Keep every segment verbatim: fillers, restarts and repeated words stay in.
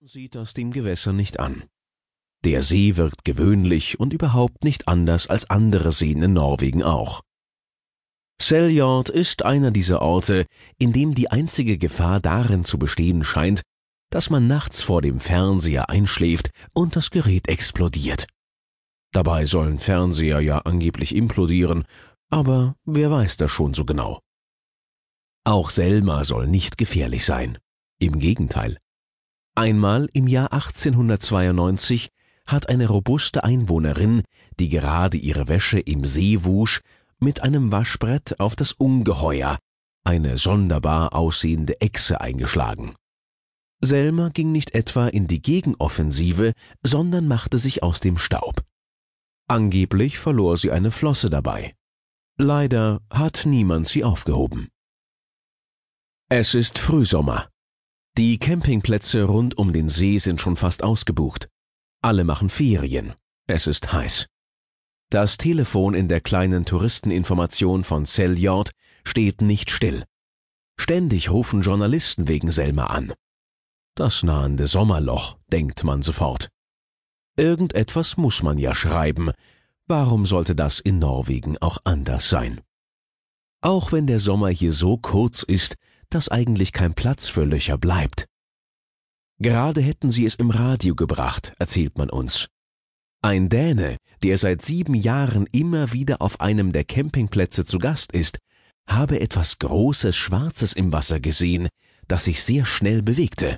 Sieht das dem Gewässer nicht an. Der See wirkt gewöhnlich und überhaupt nicht anders als andere Seen in Norwegen auch. Seljord ist einer dieser Orte, in dem die einzige Gefahr darin zu bestehen scheint, dass man nachts vor dem Fernseher einschläft und das Gerät explodiert. Dabei sollen Fernseher ja angeblich implodieren, aber wer weiß das schon so genau. Auch Selma soll nicht gefährlich sein. Im Gegenteil. Einmal im Jahr achtzehnhundertzweiundneunzig hat eine robuste Einwohnerin, die gerade ihre Wäsche im See wusch, mit einem Waschbrett auf das Ungeheuer, eine sonderbar aussehende Echse, eingeschlagen. Selma ging nicht etwa in die Gegenoffensive, sondern machte sich aus dem Staub. Angeblich verlor sie eine Flosse dabei. Leider hat niemand sie aufgehoben. Es ist Frühsommer. Die Campingplätze rund um den See sind schon fast ausgebucht. Alle machen Ferien. Es ist heiß. Das Telefon in der kleinen Touristeninformation von Seljord steht nicht still. Ständig rufen Journalisten wegen Selma an. Das nahende Sommerloch, denkt man sofort. Irgendetwas muss man ja schreiben. Warum sollte das in Norwegen auch anders sein? Auch wenn der Sommer hier so kurz ist, dass eigentlich kein Platz für Löcher bleibt. Gerade hätten sie es im Radio gebracht, erzählt man uns. Ein Däne, der seit sieben Jahren immer wieder auf einem der Campingplätze zu Gast ist, habe etwas Großes Schwarzes im Wasser gesehen, das sich sehr schnell bewegte.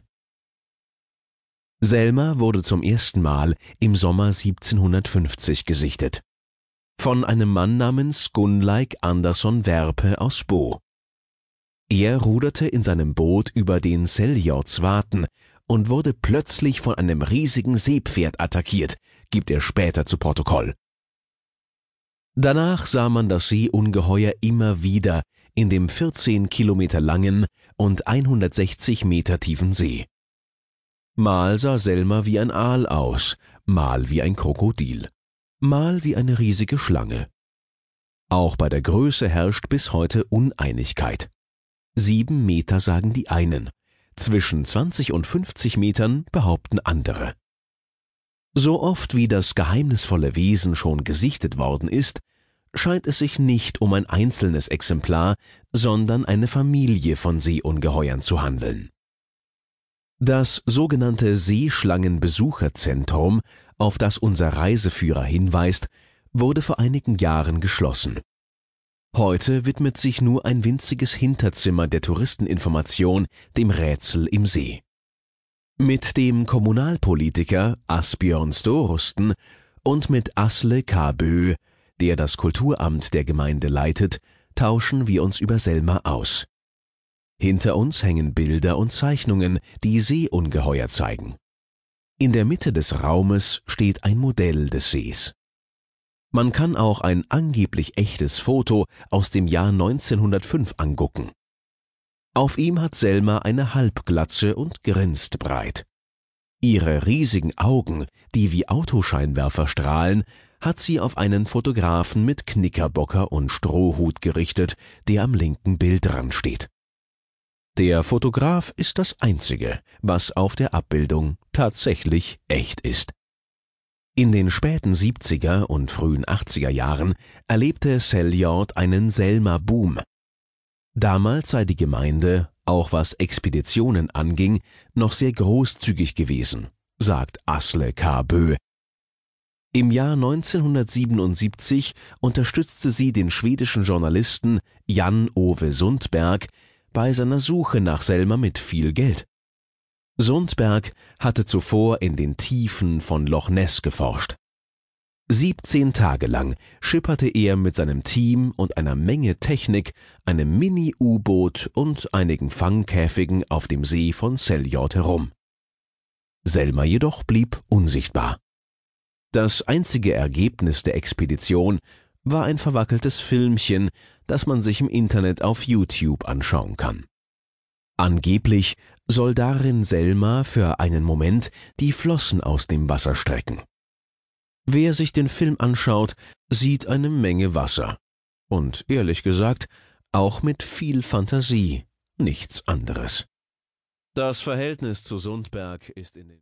Selma wurde zum ersten Mal im Sommer siebzehnhundertfünfzig gesichtet. Von einem Mann namens Gunnleik Andersson Werpe aus Spo. Er ruderte in seinem Boot über den Seljordsvatn und wurde plötzlich von einem riesigen Seepferd attackiert, gibt er später zu Protokoll. Danach sah man das Seeungeheuer immer wieder in dem vierzehn Kilometer langen und hundertsechzig Meter tiefen See. Mal sah Selma wie ein Aal aus, mal wie ein Krokodil, mal wie eine riesige Schlange. Auch bei der Größe herrscht bis heute Uneinigkeit. Sieben Meter sagen die einen, zwischen zwanzig und fünfzig Metern behaupten andere. So oft wie das geheimnisvolle Wesen schon gesichtet worden ist, scheint es sich nicht um ein einzelnes Exemplar, sondern eine Familie von Seeungeheuern zu handeln. Das sogenannte Seeschlangenbesucherzentrum, auf das unser Reiseführer hinweist, wurde vor einigen Jahren geschlossen. Heute widmet sich nur ein winziges Hinterzimmer der Touristeninformation dem Rätsel im See. Mit dem Kommunalpolitiker Asbjørn Storusten und mit Asle K. Bø, der das Kulturamt der Gemeinde leitet, tauschen wir uns über Selma aus. Hinter uns hängen Bilder und Zeichnungen, die Seeungeheuer zeigen. In der Mitte des Raumes steht ein Modell des Sees. Man kann auch ein angeblich echtes Foto aus dem Jahr neunzehnhundertfünf angucken. Auf ihm hat Selma eine Halbglatze und grinst breit. Ihre riesigen Augen, die wie Autoscheinwerfer strahlen, hat sie auf einen Fotografen mit Knickerbocker und Strohhut gerichtet, der am linken Bildrand steht. Der Fotograf ist das Einzige, was auf der Abbildung tatsächlich echt ist. In den späten siebziger und frühen achtziger Jahren erlebte Seljord einen Selma-Boom. Damals sei die Gemeinde, auch was Expeditionen anging, noch sehr großzügig gewesen, sagt Asle K. Bø. Im Jahr neunzehnhundertsiebenundsiebzig unterstützte sie den schwedischen Journalisten Jan Ove Sundberg bei seiner Suche nach Selma mit viel Geld. Sundberg hatte zuvor in den Tiefen von Loch Ness geforscht. siebzehn Tage lang schipperte er mit seinem Team und einer Menge Technik, einem Mini-U-Boot und einigen Fangkäfigen auf dem See von Seljord herum. Selma jedoch blieb unsichtbar. Das einzige Ergebnis der Expedition war ein verwackeltes Filmchen, das man sich im Internet auf YouTube anschauen kann. Angeblich soll darin Selma für einen Moment die Flossen aus dem Wasser strecken. Wer sich den Film anschaut, sieht eine Menge Wasser. Und ehrlich gesagt, auch mit viel Fantasie nichts anderes. Das Verhältnis zu Sundberg ist in den